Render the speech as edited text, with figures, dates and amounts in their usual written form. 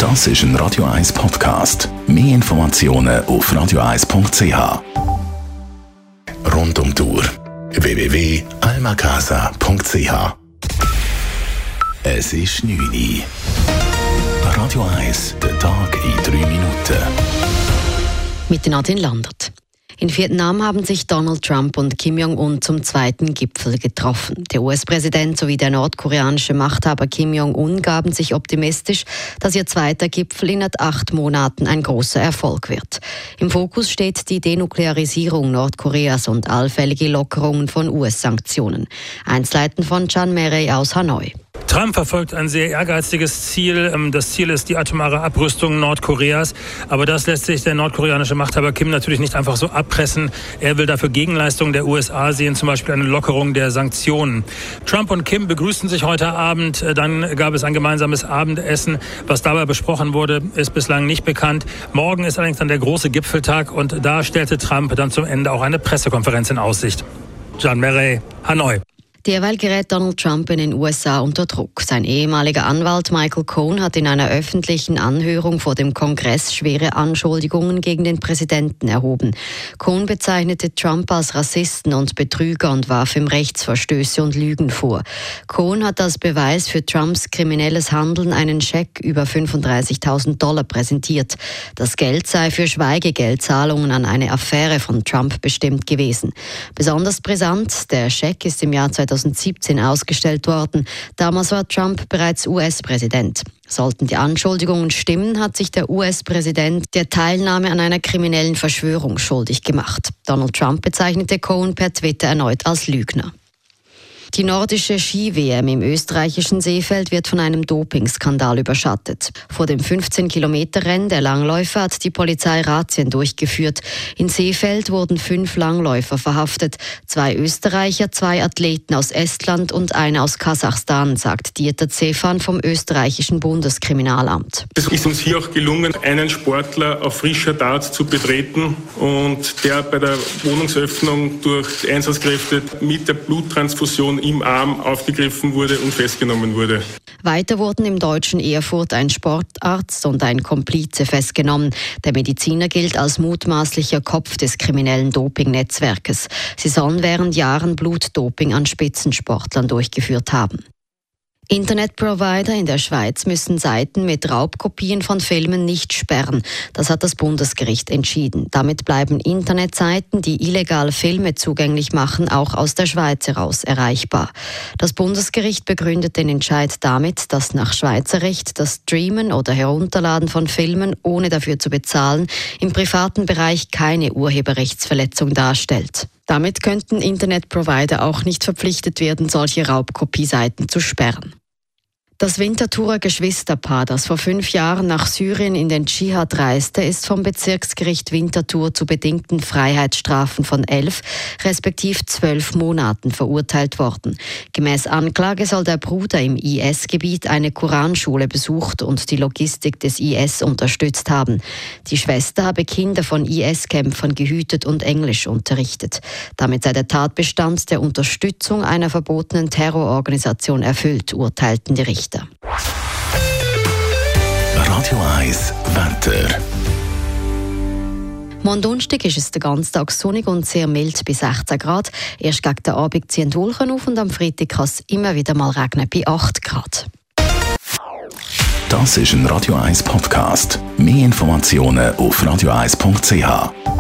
Das ist ein Radio 1 Podcast. Mehr Informationen auf radio1.ch. Rund um die Uhr. www.almacasa.ch. Es ist 9 Uhr. Radio 1, der Tag in 3 Minuten. Mit Nadine Landert. In Vietnam haben sich Donald Trump und Kim Jong-un zum zweiten Gipfel getroffen. Der US-Präsident sowie der nordkoreanische Machthaber Kim Jong-un gaben sich optimistisch, dass ihr zweiter Gipfel in 8 Monaten ein großer Erfolg wird. Im Fokus steht die Denuklearisierung Nordkoreas und allfällige Lockerungen von US-Sanktionen. Einzelheiten von Chan Merey aus Hanoi. Trump verfolgt ein sehr ehrgeiziges Ziel. Das Ziel ist die atomare Abrüstung Nordkoreas. Aber das lässt sich der nordkoreanische Machthaber Kim natürlich nicht einfach so abpressen. Er will dafür Gegenleistungen der USA sehen, zum Beispiel eine Lockerung der Sanktionen. Trump und Kim begrüßten sich heute Abend. Dann gab es ein gemeinsames Abendessen. Was dabei besprochen wurde, ist bislang nicht bekannt. Morgen ist allerdings dann der große Gipfeltag und da stellte Trump dann zum Ende auch eine Pressekonferenz in Aussicht. Chan Merey, Hanoi. Derweil gerät Donald Trump in den USA unter Druck. Sein ehemaliger Anwalt Michael Cohen hat in einer öffentlichen Anhörung vor dem Kongress schwere Anschuldigungen gegen den Präsidenten erhoben. Cohen bezeichnete Trump als Rassisten und Betrüger und warf ihm Rechtsverstöße und Lügen vor. Cohen hat als Beweis für Trumps kriminelles Handeln einen Scheck über $35.000 präsentiert. Das Geld sei für Schweigegeldzahlungen an eine Affäre von Trump bestimmt gewesen. Besonders brisant, der Scheck ist im Jahr 2017 ausgestellt worden. Damals war Trump bereits US-Präsident. Sollten die Anschuldigungen stimmen, hat sich der US-Präsident der Teilnahme an einer kriminellen Verschwörung schuldig gemacht. Donald Trump bezeichnete Cohen per Twitter erneut als Lügner. Die nordische Ski-WM im österreichischen Seefeld wird von einem Dopingskandal überschattet. Vor dem 15-Kilometer-Rennen der Langläufer hat die Polizei Razzien durchgeführt. In Seefeld wurden 5 Langläufer verhaftet. 2 Österreicher, 2 Athleten aus Estland und einer aus Kasachstan, sagt Dieter Zefan vom österreichischen Bundeskriminalamt. Es ist uns hier auch gelungen, einen Sportler auf frischer Tat zu betreten und der bei der Wohnungsöffnung durch Einsatzkräfte mit der Bluttransfusion im Arm aufgegriffen wurde und festgenommen wurde. Weiter wurden im deutschen Erfurt ein Sportarzt und ein Komplize festgenommen. Der Mediziner gilt als mutmaßlicher Kopf des kriminellen Dopingnetzwerkes. Sie sollen während Jahren Blutdoping an Spitzensportlern durchgeführt haben. Internetprovider in der Schweiz müssen Seiten mit Raubkopien von Filmen nicht sperren. Das hat das Bundesgericht entschieden. Damit bleiben Internetseiten, die illegal Filme zugänglich machen, auch aus der Schweiz heraus erreichbar. Das Bundesgericht begründet den Entscheid damit, dass nach Schweizer Recht das Streamen oder Herunterladen von Filmen, ohne dafür zu bezahlen, im privaten Bereich keine Urheberrechtsverletzung darstellt. Damit könnten Internetprovider auch nicht verpflichtet werden, solche Raubkopieseiten zu sperren. Das Winterthurer Geschwisterpaar, das vor 5 Jahren nach Syrien in den Dschihad reiste, ist vom Bezirksgericht Winterthur zu bedingten Freiheitsstrafen von 11 respektive 12 Monaten verurteilt worden. Gemäß Anklage soll der Bruder im IS-Gebiet eine Koranschule besucht und die Logistik des IS unterstützt haben. Die Schwester habe Kinder von IS-Kämpfern gehütet und Englisch unterrichtet. Damit sei der Tatbestand der Unterstützung einer verbotenen Terrororganisation erfüllt, urteilten die Richter. Radio 1 Wetter. Montag ist es den ganzen Tag sonnig und sehr mild bis 16 Grad. Erst gegen den Abend ziehen die Wolken auf und am Freitag kann es immer wieder mal regnen bei 8 Grad. Das ist ein Radio 1 Podcast. Mehr Informationen auf radio1.ch.